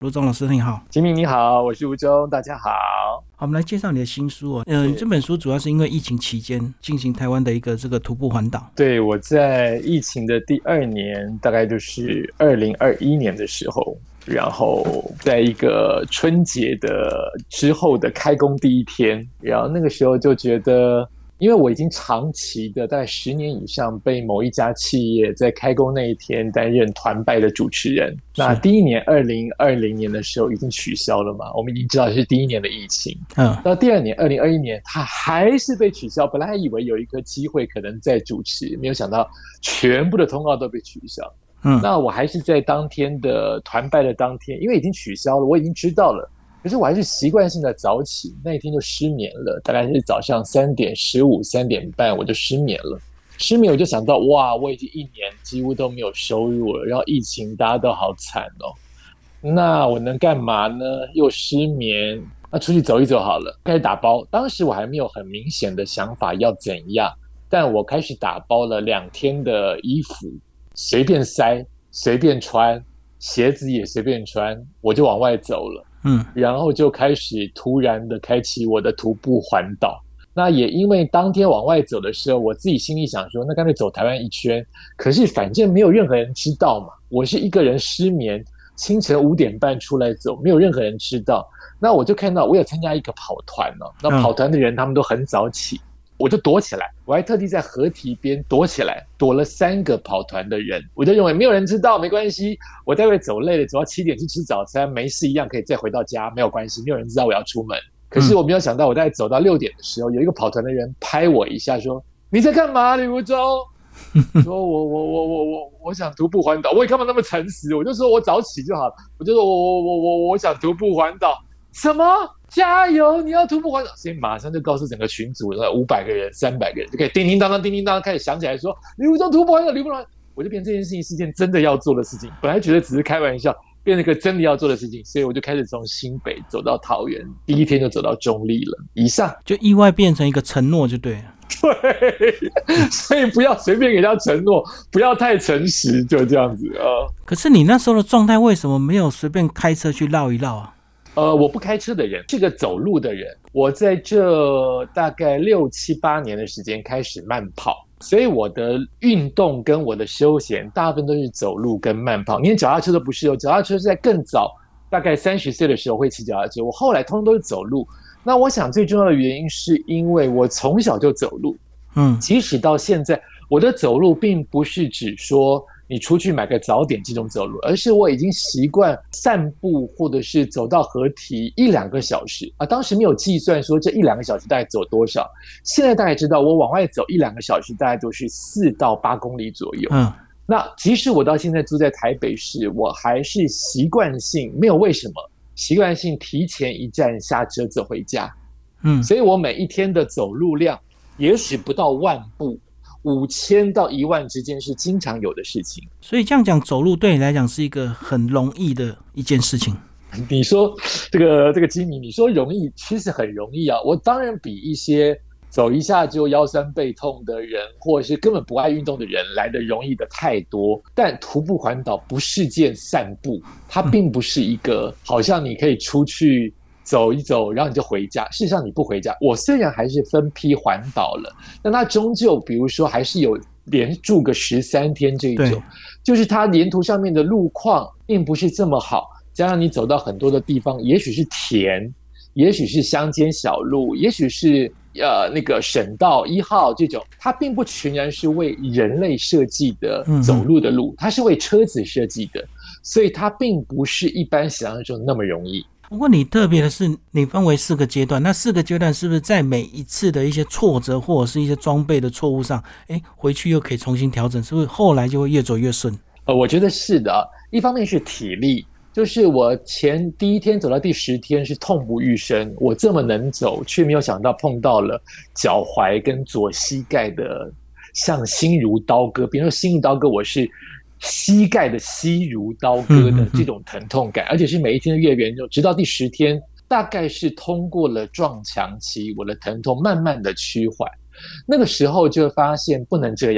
卢总老师你好。 吉明你好，我是吴忠，大家好。 好，我们来介绍你的新书哦。这本书主要是因为疫情期间进行台湾的一个这个徒步环岛。 对，我在疫情的第2年，大概就是2021年的时候，然后在一个春节的之后的开工第一天，然后那个时候就觉得，因为我已经长期的大概10年以上被某一家企业在开工那一天担任团拜的主持人。那第一年2020年的时候已经取消了嘛，我们已经知道是第一年的疫情。到第2年2021年它还是被取消，本来还以为有一个机会可能再主持，没有想到全部的通告都被取消。那我还是在当天的团拜的当天，因为已经取消了，我已经知道了，可是我还是习惯性的早起，那一天就失眠了，大概是早上3点15、3点半我就失眠了。失眠我就想到，哇，我已经1年几乎都没有收入了，然后疫情大家都好惨哦，那我能干嘛呢？又失眠，那出去走一走好了，开始打包。当时我还没有很明显的想法要怎样，但我开始打包了2天的衣服，随便塞，随便穿，鞋子也随便穿，我就往外走了。然后就开始突然的开启我的徒步环岛。那也因为当天往外走的时候，我自己心里想说，那干脆走台湾一圈，可是反正没有任何人知道嘛，我是一个人失眠，清晨5点半出来走，没有任何人知道。那我就看到我有参加一个跑团哦，那跑团的人他们都很早起，我就躲起来，我还特地在河堤边躲起来，躲了3个跑团的人，我就认为没有人知道没关系，我待会走累了，走到7点去吃早餐，没事一样可以再回到家，没有关系，没有人知道我要出门。可是我没有想到，我大概走到6点的时候，有一个跑团的人拍我一下，说：“你在干嘛，李吴忠？”说我想徒步环岛，我也干嘛那么诚实？我就说我早起就好了，我就说我想徒步环岛。什么？加油！你要徒步环岛，所以马上就告诉整个群组500个人、300个人，就可以叮叮当当、叮叮当当开始响起来说：“李吴忠徒步环岛，李吴忠。”我就变成这件事情是件真的要做的事情，本来觉得只是开玩笑。变成一个真的要做的事情，所以我就开始从新北走到桃园，第一天就走到中坜了。以上就意外变成一个承诺就对了。 对，所以不要随便给他承诺，不要太诚实，就这样子啊。 可是你那时候的状态为什么没有随便开车去绕一绕啊？ 我不开车的人，是个走路的人。我在这大概6、7、8年的时间开始慢跑。所以我的运动跟我的休闲大部分都是走路跟慢跑，连脚踏车都不是哦，脚踏车是在更早，大概30岁的时候会骑脚踏车，我后来通通都是走路。那我想最重要的原因是因为我从小就走路，即使到现在，我的走路并不是指说你出去买个早点这种走路，而是我已经习惯散步或者是走到河堤1、2个小时啊。当时没有计算说这1、2个小时大概走多少，现在大概知道我往外走1、2个小时大概都是4到8公里左右。那即使我到现在住在台北市，我还是习惯性没有为什么习惯性提前1站下车走回家。所以我每一天的走路量也许不到10000步。5000到10000之间是经常有的事情。 所以这样讲，走路对你来讲是一个很容易的一件事情。 你说这个基米，你说容易，其实很容易啊。我当然比一些走一下就腰酸背痛的人，或者是根本不爱运动的人来的容易的太多。但徒步环岛不是件散步，它并不是一个好像你可以出去走一走然后你就回家，事实上你不回家。我虽然还是分批环岛了，但它终究比如说还是有连住个13天这一种，就是它沿途上面的路况并不是这么好，加上你走到很多的地方，也许是田，也许是乡间小路，也许是那个省道1号这种，它并不全然是为人类设计的走路的路，它是为车子设计的，所以它并不是一般想象中那么容易。 不过你特别的是，你分为4个阶段，那4个阶段是不是在每一次的一些挫折或者是一些装备的错误上，回去又可以重新调整，是不是后来就会越走越顺？ 我觉得是的，一方面是体力，就是我第一天走到第10天是痛不欲生，我这么能走，却没有想到碰到了脚踝跟左膝盖的像心如刀割，比如说心如刀割，我是膝盖的膝如刀割的这种疼痛感，而且是每一天的越严重，直到第10天，大概是通过了撞墙期，我的疼痛慢慢的趋缓。那个时候就发现不能这样，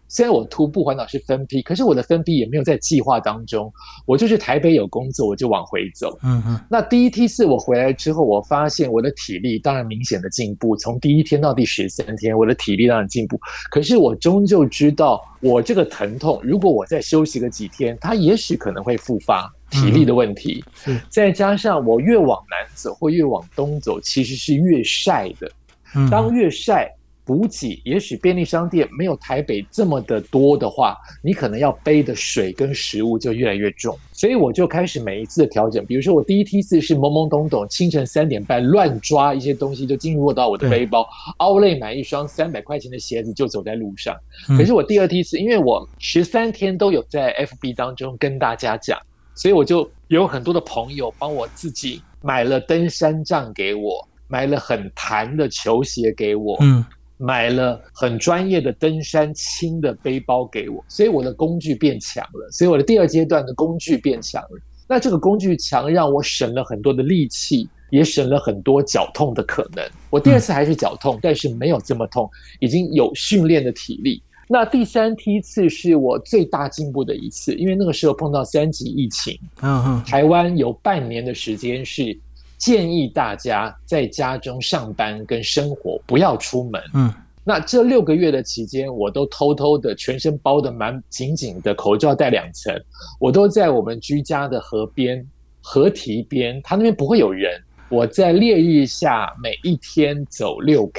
虽然我徒步环岛是分批，可是我的分批也没有在计划当中，我就是台北有工作我就往回走。那第一梯次我回来之后，我发现我的体力当然明显的进步，从第一天到第13天，我的体力当然进步。可是我终究知道，我这个疼痛，如果我再休息个几天，它也许可能会复发。体力的问题，再加上我越往南走或越往东走，其实是越晒的。当越晒，补给也许便利商店没有台北这么的多的话，你可能要背的水跟食物就越来越重。所以我就开始每一次的调整，比如说我第一梯次是懵懵懂懂，清晨3点半乱抓一些东西就进入到我的背包，凹类买一双300块钱的鞋子就走在路上。可是我第二梯次，因为我13天都有在 FB 当中跟大家讲，所以我就有很多的朋友帮我自己买了登山杖给我，买了很弹的球鞋给我，买了很专业的登山轻的背包给我，所以我的工具变强了，所以我的第二阶段的工具变强了。那这个工具强让我省了很多的力气，也省了很多脚痛的可能。我第二次还是脚痛，但是没有这么痛，已经有训练的体力。那第三梯次是我最大进步的一次，因为那个时候碰到3级疫情，台湾有半年的时间是建议大家在家中上班跟生活，不要出门。那这6个月的期间，我都偷偷的全身包得蛮紧紧的，口罩戴2层，我都在我们居家的河边、河堤边，它那边不会有人，我在烈日下每一天走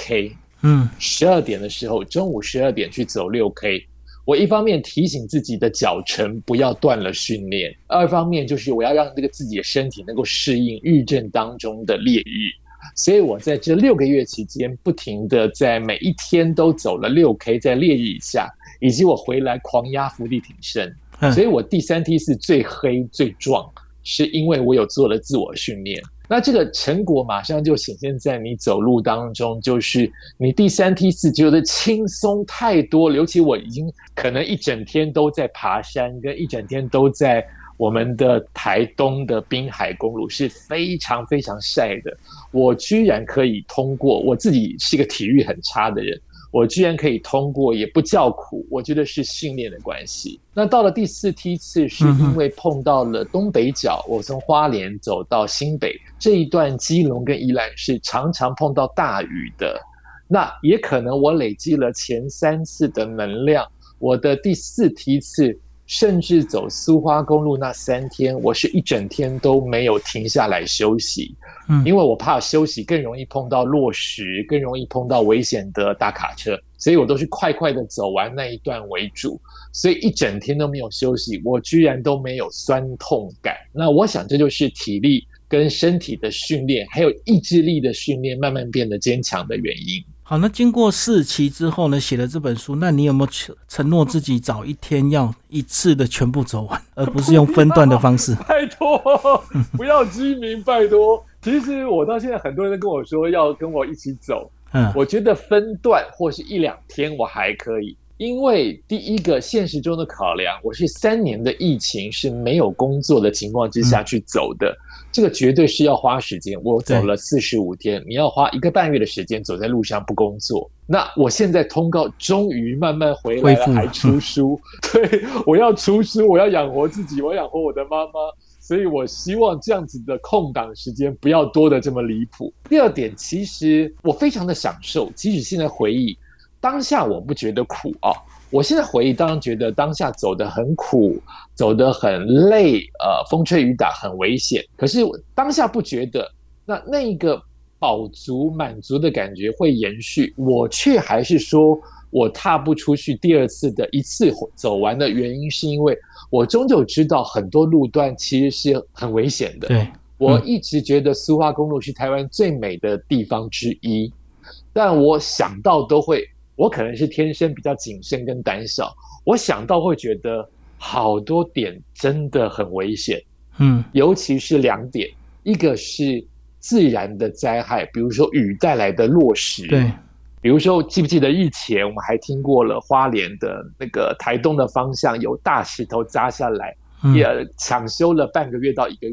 6K。12点的时候，中午12点去走6K。我一方面提醒自己的脚程不要断了训练，二方面就是我要让这个自己的身体能够适应日正当中的烈日。所以我在这6个月期间，不停的在每一天都走了6K， 在烈日以下，以及我回来狂压伏地挺身。所以我第3梯是最黑最壮，是因为我有做了自我训练。那这个成果马上就显现在你走路当中，就是你第3梯次觉得轻松太多，尤其我已经可能一整天都在爬山，跟一整天都在我们的台东的滨海公路，是非常非常晒的，我居然可以通过。我自己是一个体育很差的人，我居然可以通过，也不叫苦，我觉得是训练的关系。那到了第4梯次，是因为碰到了东北角，我从花莲走到新北这一段，基隆跟宜兰是常常碰到大雨的。那也可能我累积了前3次的能量，我的第4梯次甚至走苏花公路那3天，我是一整天都没有停下来休息。因为我怕休息更容易碰到落石，更容易碰到危险的大卡车，所以我都是快快的走完那一段为主，所以一整天都没有休息，我居然都没有酸痛感。那我想这就是体力跟身体的训练，还有意志力的训练慢慢变得坚强的原因。 好，那经过4期之后呢，写了这本书，那你有没有承诺自己早一天要一次的全部走完，而不是用分段的方式？ 拜托，不要居民，拜托。其实我到现在很多人都跟我说要跟我一起走，我觉得分段或是1-2天我还可以。因为第一个现实中的考量，我是3年的疫情是没有工作的情况之下去走的，这个绝对是要花时间。我走了45天，你要花1个半月的时间走在路上不工作。那我现在通告终于慢慢回来了，还出书，对，我要出书，我要养活自己，我要养活我的妈妈。所以我希望这样子的空档时间不要多的这么离谱。第二点，其实我非常的享受，即使现在回忆当下我不觉得苦啊，我现在回忆当然觉得当下走得很苦，走得很累，风吹雨打很危险，可是当下不觉得，那一个饱足满足的感觉会延续，我却还是说我踏不出去第2次的一次走完的原因，是因为我终究知道很多路段其实是很危险的。 对， 我一直觉得苏花公路是台湾最美的地方之一，但我想到都会，我可能是天生比较谨慎跟胆小，我想到会觉得好多点真的很危险。尤其是2点，一个是自然的灾害，比如说雨带来的落石。 对， 比如说记不记得以前我们还听过了花莲的那个台东的方向有大石头砸下来，也抢修了半个月到1个月。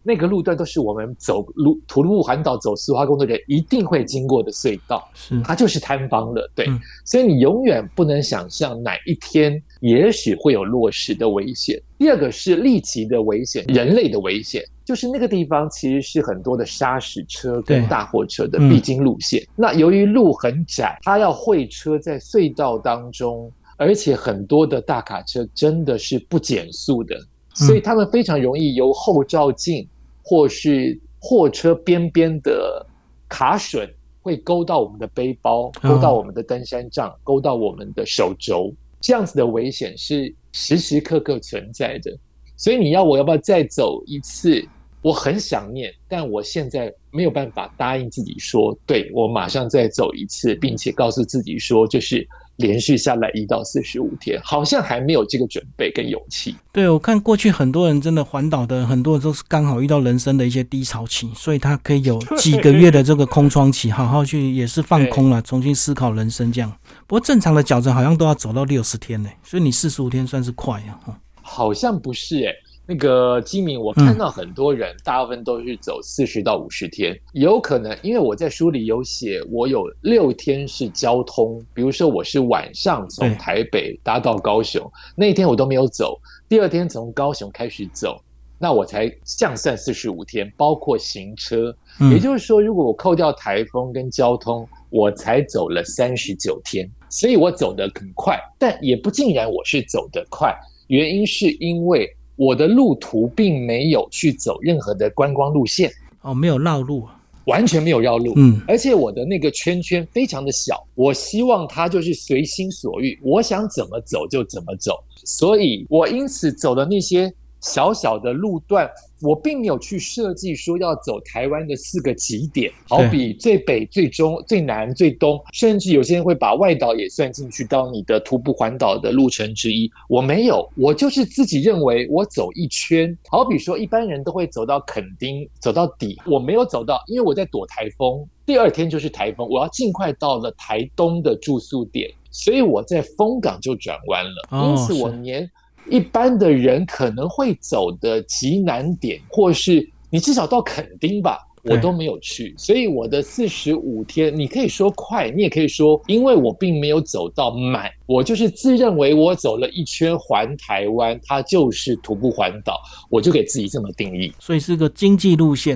那个路段都是我们徒步环岛走苏花公的人一定会经过的隧道，它就是坍方了，对，所以你永远不能想象哪一天也许会有落石的危险。第二个是立即的危险，人类的危险，就是那个地方其实是很多的砂石车跟大货车的必经路线，那由于路很窄，它要会车在隧道当中，而且很多的大卡车真的是不减速的，所以他们非常容易由后照镜或是货车边边的卡榫会勾到我们的背包，勾到我们的登山杖，勾到我们的手肘，这样子的危险是时时刻刻存在的。所以我要不要再走一次，我很想念，但我现在没有办法答应自己说，对，我马上再走一次，并且告诉自己说，就是连续下来1到45天，好像还没有这个准备跟勇气。 对，我看过去很多人真的环岛的，很多人都是刚好遇到人生的一些低潮期，所以他可以有几个月的这个空窗期，好好去也是放空了，重新思考人生这样。不过正常的脚程好像都要走到60天呢，所以你45天算是快啊。 好像不是耶，那个基民，我看到很多人大部分都是走40到50天，有可能因为我在书里有写，我有6天是交通，比如说我是晚上从台北搭到高雄，那一天我都没有走，第二天从高雄开始走，那我才这样算45天，包括行车，也就是说如果我扣掉台风跟交通，我才走了39天，所以我走得很快，但也不尽然我是走得快，原因是因为我的路途并没有去走任何的观光路线， 没有绕路， 完全没有绕路，而且我的那个圈圈非常的小，我希望它就是随心所欲，我想怎么走就怎么走，所以我因此走的那些小小的路段，我并没有去设计说要走台湾的4个极点，好比最北、最中、最南、最东，甚至有些人会把外岛也算进去到你的徒步环岛的路程之一。我没有，我就是自己认为我走一圈，好比说一般人都会走到垦丁走到底，我没有走到，因为我在躲台风，第二天就是台风，我要尽快到了台东的住宿点，所以我在丰港就转弯了，因此我连一般的人可能会走的极难点，或是你至少到垦丁吧，我都没有去，所以我的45天你可以说快，你也可以说因为我并没有走到满，我就是自认为我走了一圈环台湾，它就是徒步环岛，我就给自己这么定义， 所以是个经济路线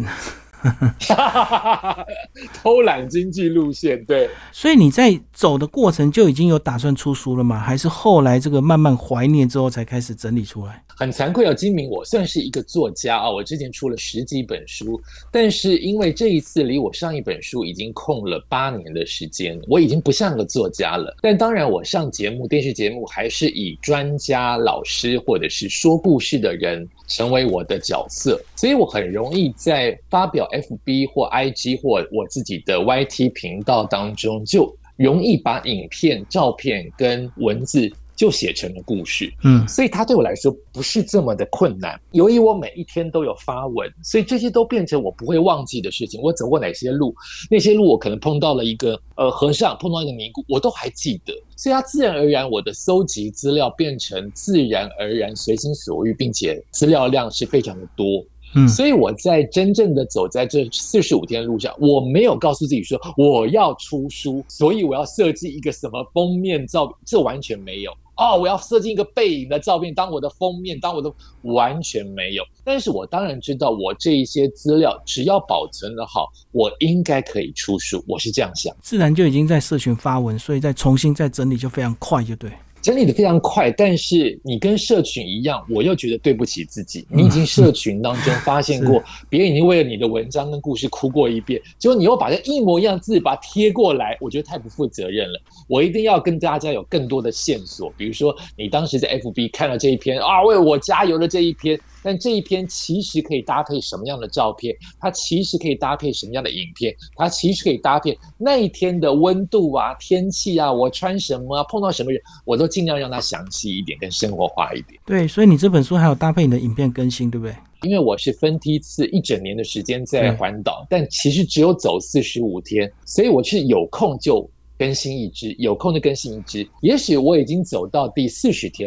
偷懒经济路线，对。 所以你在走的过程就已经有打算出书了吗？还是后来这个慢慢怀念之后才开始整理出来？ 很惭愧金明，我算是一个作家我之前出了10几本书，但是因为这一次离我上一本书已经空了8年的时间，我已经不像个作家了。但当然我上节目电视节目还是以专家老师或者是说故事的人成为我的角色，所以我很容易在发表 FB 或 IG 或我自己的 YT 频道当中就容易把影片、照片跟文字就写成了故事，所以它对我来说不是这么的困难。由于我每一天都有发文，所以这些都变成我不会忘记的事情。我走过哪些路，那些路我可能碰到了一个和尚，碰到一个尼姑，我都还记得。所以它自然而然，我的搜集资料变成自然而然随心所欲，并且资料量是非常的多。所以我在真正的走在这45天的路上，我没有告诉自己说我要出书，所以我要设计一个什么封面照片，这完全没有。我要设计一个背影的照片当我的封面，当我的，完全没有。但是我当然知道我这一些资料只要保存得好，我应该可以出书，我是这样想。 自然就已经在社群发文，所以再重新再整理就非常快，就对。 整理的非常快，但是你跟社群一样，我又觉得对不起自己。你已经社群当中发现过别人已经为了你的文章跟故事哭过一遍，结果你又把这一模一样的字把它贴过来，我觉得太不负责任了。我一定要跟大家有更多的线索，比如说你当时在 FB 看了这一篇为我加油的这一篇，但这一篇其实可以搭配什么样的照片，它其实可以搭配什么样的影片，它其实可以搭配那一天的温度天气我穿什么碰到什么人，我都尽量让它详细一点跟生活化一点。 对，所以你这本书还有搭配你的影片更新，对不对？ 因为我是分梯次1整年的时间在环岛，但其实只有走45天，所以我是有空就更新一支，有空就更新一支。也许我已经走到第40天了，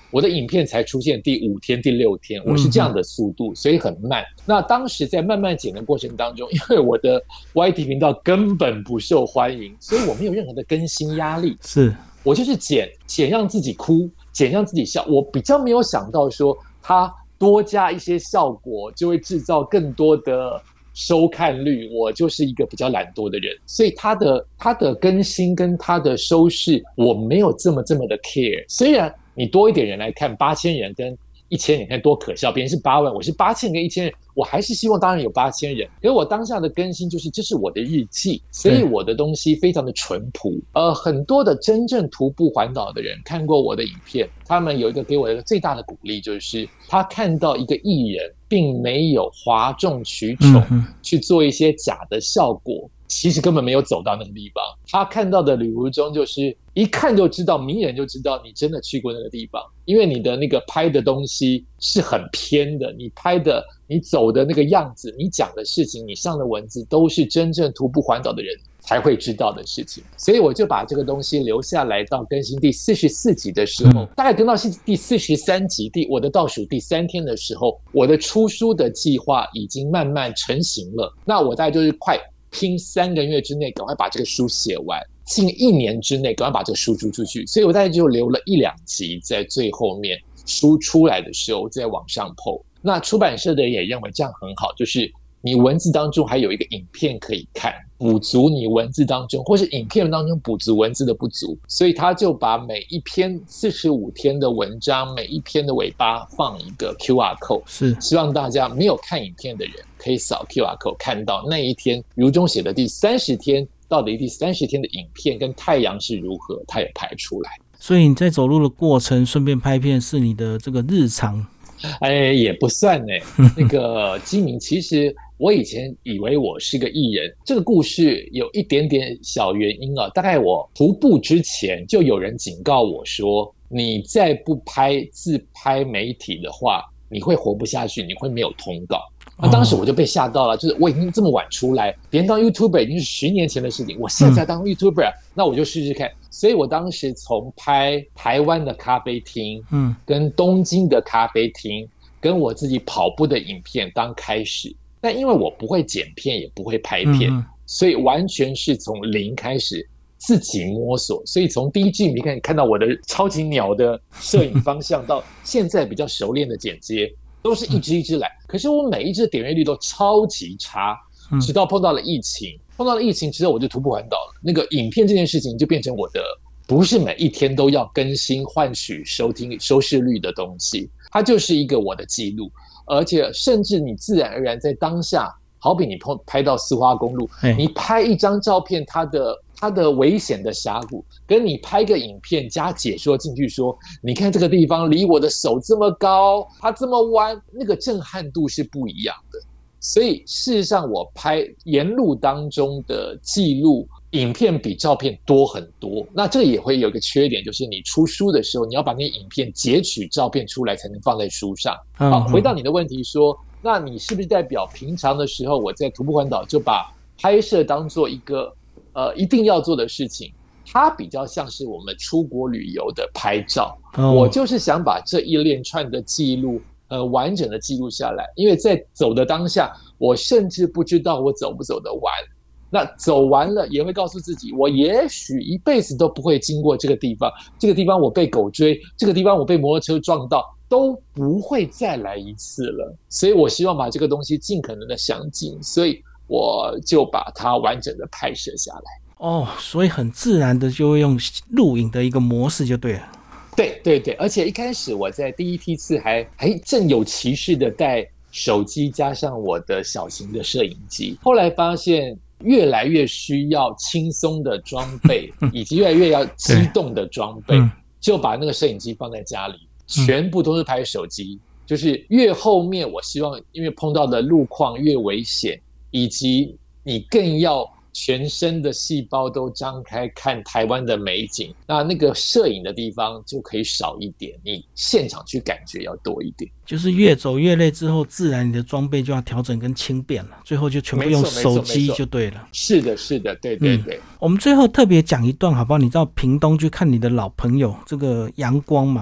我的影片才出现第5天、第6天，我是这样的速度，所以很慢。那当时在慢慢剪的过程当中，因为我的 YT 频道根本不受欢迎，所以我没有任何的更新压力， 是我就是剪让自己哭，剪让自己笑。我比较没有想到说，它多加一些效果就会制造更多的收看率，我就是一个比较懒惰的人，所以它的更新跟它的收视我没有这么的 care。虽然你多一点人来看，8000人跟1000人，你看多可笑，别人是8万，我是8000跟1000人，我还是希望当然有8000人。可是我当下的更新就是这是我的日记，所以我的东西非常的淳朴。很多的真正徒步环岛的人看过我的影片，他们有一个给我一个最大的鼓励，就是他看到一个艺人并没有哗众取宠去做一些假的效果，其实根本没有走到那个地方。他看到的旅途中就是一看就知道，明眼就知道你真的去过那个地方，因为你的那个拍的东西是很偏的，你拍的你走的那个样子，你讲的事情，你上的文字都是真正徒步环岛的人才会知道的事情。所以我就把这个东西留下来，到更新第44集的时候，大概跟到第43集我的倒数第3天的时候，我的出书的计划已经慢慢成型了。那我大概就是快拼3个月之内赶快把这个书写完，近1年之内赶快把这个书出去。所以我大概就留了1-2集在最后面，书出来的时候再往上 po。 那出版社的人也认为这样很好，就是你文字当中还有一个影片可以看，补足你文字当中或是影片当中补足文字的不足，所以他就把每一篇45天的文章每一篇的尾巴放一个 QR code， 是希望大家没有看影片的人可以扫 QR code 看到那一天如中写的第30天到底第30天的影片跟太阳是如何，他也拍出来。 所以你在走路的过程顺便拍片是你的这个日常？ 也不算呢。那个基明，其实我以前以为我是个艺人，这个故事有一点点小原因啊。大概我徒步之前就有人警告我说，你再不拍自拍媒体的话，你会活不下去，你会没有通告。那当时我就被吓到了，就是我已经这么晚出来，别人当 YouTuber 已经是10年前的事情，我现在当 YouTuber，那我就试试看。所以我当时从拍台湾的咖啡厅，跟东京的咖啡厅，跟我自己跑步的影片当开始。但因为我不会剪片，也不会拍片，所以完全是从零开始自己摸索。所以从第一季你看到我的超级鸟的摄影方向，到现在比较熟练的剪接，都是一支一支来。可是我每一支点阅率都超级差，直到碰到了疫情。碰到了疫情之后，我就徒步环岛了。那个影片这件事情就变成我的，不是每一天都要更新换取收视率的东西，它就是一个我的记录。而且甚至你自然而然在当下，好比你拍到丝花公路，你拍一张照片，它的危险的峡谷，跟你拍个影片加解说进去说，你看这个地方离我的手这么高，它这么弯，那个震撼度是不一样的。所以事实上我拍沿路当中的记录影片比照片多很多。那这也会有一个缺点，就是你出书的时候，你要把那影片截取照片出来才能放在书上。好，回到你的问题说，那你是不是代表平常的时候我在徒步环岛就把拍摄当做一个一定要做的事情？它比较像是我们出国旅游的拍照，我就是想把这一连串的记录完整的记录下来。因为在走的当下，我甚至不知道我走不走得完，那走完了也会告诉自己，我也许一辈子都不会经过这个地方，这个地方我被狗追，这个地方我被摩托车撞到，都不会再来一次了。所以我希望把这个东西尽可能的详尽，所以我就把它完整的拍摄下来。 所以很自然的就会用录影的一个模式就对了。 对，而且一开始我在第一批次还正有其事的带手机加上我的小型的摄影机，后来发现越来越需要轻松的装备以及越来越要激动的装备，就把那个摄影机放在家里，全部都是拍手机。就是越后面我希望因为碰到的路况越危险，以及你更要全身的细胞都张开看台湾的美景，那个摄影的地方就可以少一点，你现场去感觉要多一点。 就是越走越累之后，自然你的装备就要调整跟轻便了，最后就全部用手机就对了。 是的，对。 我们最后特别讲一段好不好？你到屏东去看你的老朋友这个阳光嘛，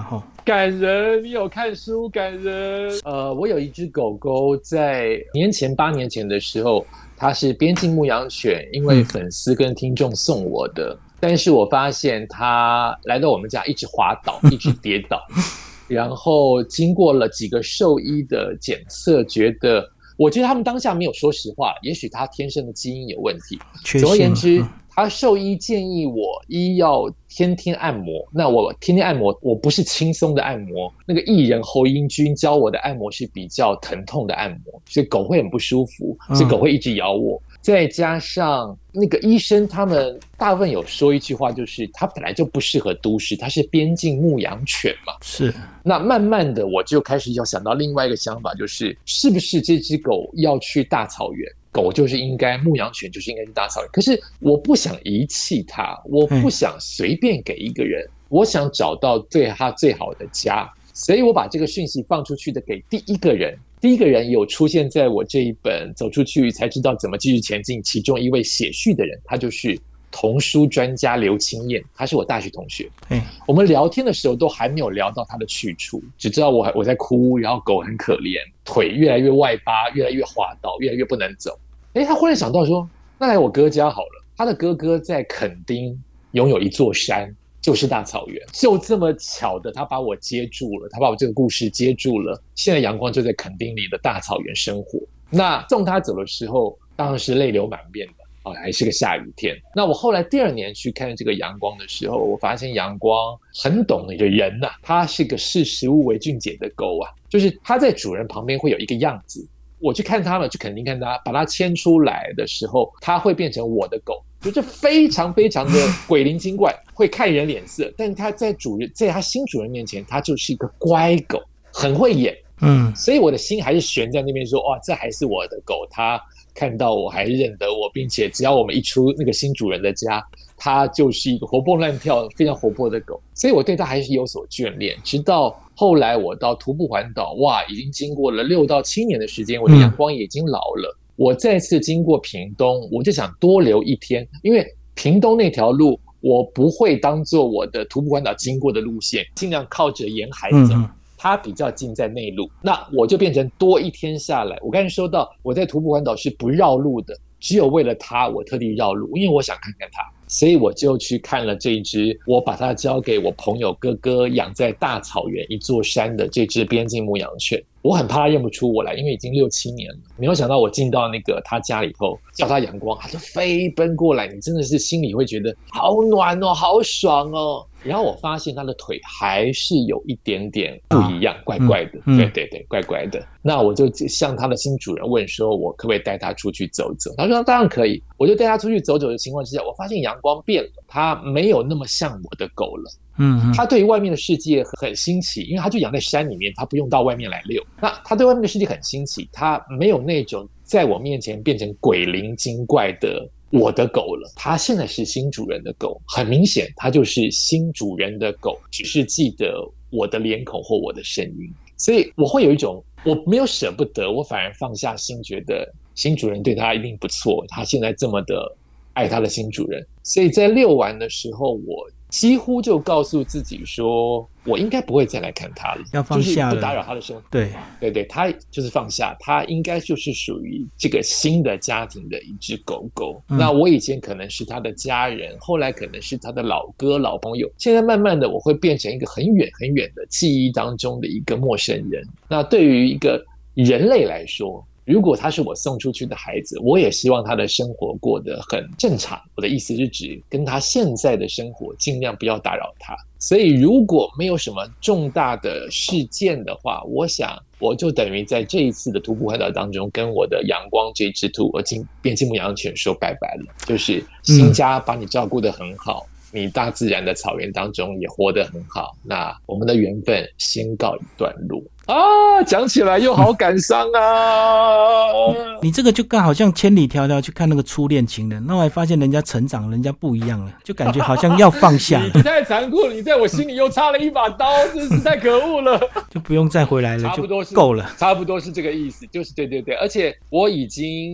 感人，你有看书，感人。我有一只狗狗，在8年前的时候，它是边境牧羊犬，因为粉丝跟听众送我的。但是我发现它来到我们家一直滑倒，一直跌倒，然后经过了几个兽医的检测，我觉得他们当下没有说实话，也许它天生的基因有问题。总而言之，他兽医建议我要天天按摩，那我天天按摩，我不是轻松的按摩，那个艺人侯英君教我的按摩是比较疼痛的按摩，所以狗会很不舒服，所以狗会一直咬我。再加上那个医生他们大部分有说一句话，就是它本来就不适合都市，它是边境牧羊犬嘛。 是。 那慢慢的我就开始要想到另外一个想法，就是是不是这只狗要去大草原，狗就是应该，牧羊犬就是应该去大草原。可是我不想遗弃它，我不想随便给一个人，我想找到对它最好的家，所以我把这个讯息放出去的给第一个人。第一个人有出现在我这一本走出去才知道怎么继续前进其中一位写序的人，他就是童书专家刘清燕，他是我大学同学。我们聊天的时候都还没有聊到他的去处，只知道我在哭，然后狗很可怜，腿越来越外八，越来越滑倒，越来越不能走。他忽然想到说，那来我哥家好了，他的哥哥在垦丁拥有一座山，就是大草原。就这么巧的，他把我接住了，他把我这个故事接住了。现在阳光就在垦丁里的大草原生活。那送他走的时候当然是泪流满面的，还是个下雨天。那我后来第2年去看这个阳光的时候，我发现阳光很懂那个人啊，他是个视食物为俊杰的狗啊，就是他在主人旁边会有一个样子。我去看他们，去垦丁看他，把他牵出来的时候，他会变成我的狗，就是非常非常的鬼灵精怪，会看人脸色。但是他在他新主人面前，他就是一个乖狗，很会演。所以我的心还是悬在那边说，哇，这还是我的狗，他看到我还认得我，并且只要我们一出那个新主人的家，他就是一个活蹦乱跳非常活泼的狗。所以我对他还是有所眷恋，直到后来我到徒步环岛，哇，已经经过了6到7年的时间，我的阳光也已经老了。我再次经过屏东，我就想多留1天，因为屏东那条路我不会当做我的徒步环岛经过的路线，尽量靠着沿海走。它比较近在内陆，那我就变成多1天下来。我刚才说到我在徒步环岛是不绕路的，只有为了它我特地绕路，因为我想看看它，所以我就去看了这一只我把它交给我朋友哥哥养在大草原一座山的这只边境牧羊犬。我很怕它认不出我来，因为已经6、7年了。没有想到我进到那个他家里后，叫他阳光，他就飞奔过来，你真的是心里会觉得好暖哦，好爽哦。然后我发现他的腿还是有一点点不一样，怪怪的。对，怪怪的。那我就向他的新主人问说，我可不可以带他出去走走？他说当然可以。我就带他出去走走的情况之下，我发现阳光变了，他没有那么像我的狗了。他对于外面的世界很新奇，因为他就养在山里面，他不用到外面来遛。那他对外面的世界很新奇，他没有那种在我面前变成鬼灵精怪的我的狗了。他现在是新主人的狗，很明显他就是新主人的狗，只是记得我的脸孔或我的声音。所以我会有一种我没有舍不得，我反而放下心，觉得新主人对他一定不错，他现在这么的爱他的新主人。所以在遛完的时候，我几乎就告诉自己说，我应该不会再来看他了， 要放下了， 就是不打扰他的生活。 对， 他就是放下，他应该就是属于这个新的家庭的一只狗狗。那我以前可能是他的家人，后来可能是他的老哥、老朋友，现在慢慢的我会变成一个很远很远的记忆当中的一个陌生人。那对于一个人类来说，如果他是我送出去的孩子，我也希望他的生活过得很正常。我的意思是指跟他现在的生活尽量不要打扰他。所以如果没有什么重大的事件的话，我想我就等于在这一次的徒步环岛当中跟我的阳光这只边境牧羊犬说拜拜了。就是新家把你照顾得很好，你大自然的草原当中也活得很好，那我们的缘分先告一段落啊！讲起来又好感伤啊！ 你这个就刚好像千里迢迢去看那个初恋情人，那我还发现人家成长，人家不一样了，就感觉好像要放下了。 你太残酷了，你在我心里又插了一把刀，真是太可恶了。 就不用再回来了， 差不多是就够了， 差不多是这个意思，就是对，而且我已经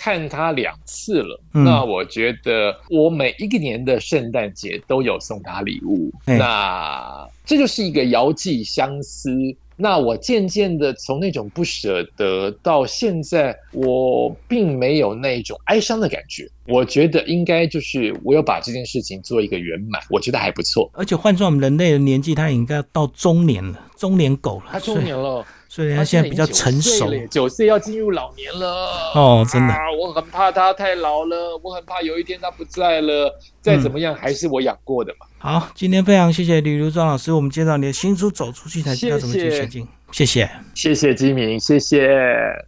看他2次了。那我觉得我每一个年的圣诞节都有送他礼物，那这就是一个遥寄相思。那我渐渐的从那种不舍得到现在，我并没有那种哀伤的感觉。我觉得应该就是我有把这件事情做一个圆满，我觉得还不错。 而且换算我们人类的年纪，他应该到中年了，中年狗了。 他中年了， 所以他现在比较成熟 ，9岁要进入老年了。 哦，真的， 我很怕他太老了，我很怕有一天他不在了，再怎么样还是我养过的嘛。 好，今天非常谢谢吕如庄老师，我们介绍你的新书《走出去才知道怎么去前进》，谢谢， 谢谢基民，谢谢。